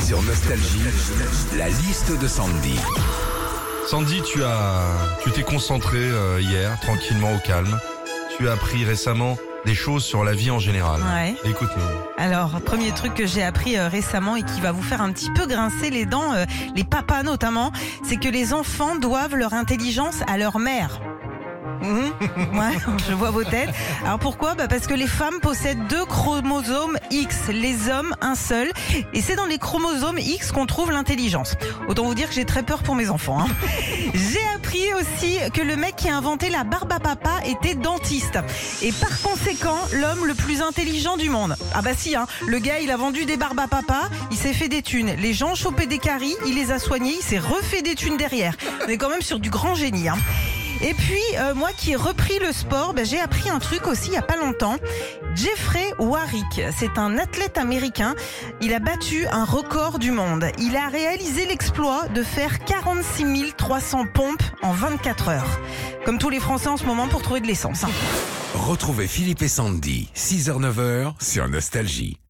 Sur Nostalgie, la liste de Sandy. Sandy, tu t'es concentré hier, tranquillement, au calme. Tu as appris récemment des choses sur la vie en général. Ouais. Écoute-nous. Alors, premier truc que j'ai appris récemment et qui va vous faire un petit peu grincer les dents, les papas notamment, c'est que les enfants doivent leur intelligence à leur mère. Ouais, je vois vos têtes. Alors pourquoi ? Parce que les femmes possèdent 2 chromosomes X, les hommes un seul, et c'est dans les chromosomes X qu'on trouve l'intelligence. Autant vous dire que j'ai très peur pour mes enfants. Hein. J'ai appris aussi que le mec qui a inventé la barbe à papa était dentiste, et par conséquent l'homme le plus intelligent du monde. Ah bah si, hein, le gars il a vendu des barbes à papa, il s'est fait des thunes. Les gens chopaient des caries, il les a soignés, il s'est refait des thunes derrière. On est quand même sur du grand génie. Hein. Et puis, moi qui ai repris le sport, j'ai appris un truc aussi il n'y a pas longtemps. Jeffrey Warwick, c'est un athlète américain. Il a battu un record du monde. Il a réalisé l'exploit de faire 46 300 pompes en 24 heures. Comme tous les Français en ce moment pour trouver de l'essence. Retrouvez Philippe et Sandy, 6h-9h sur Nostalgie.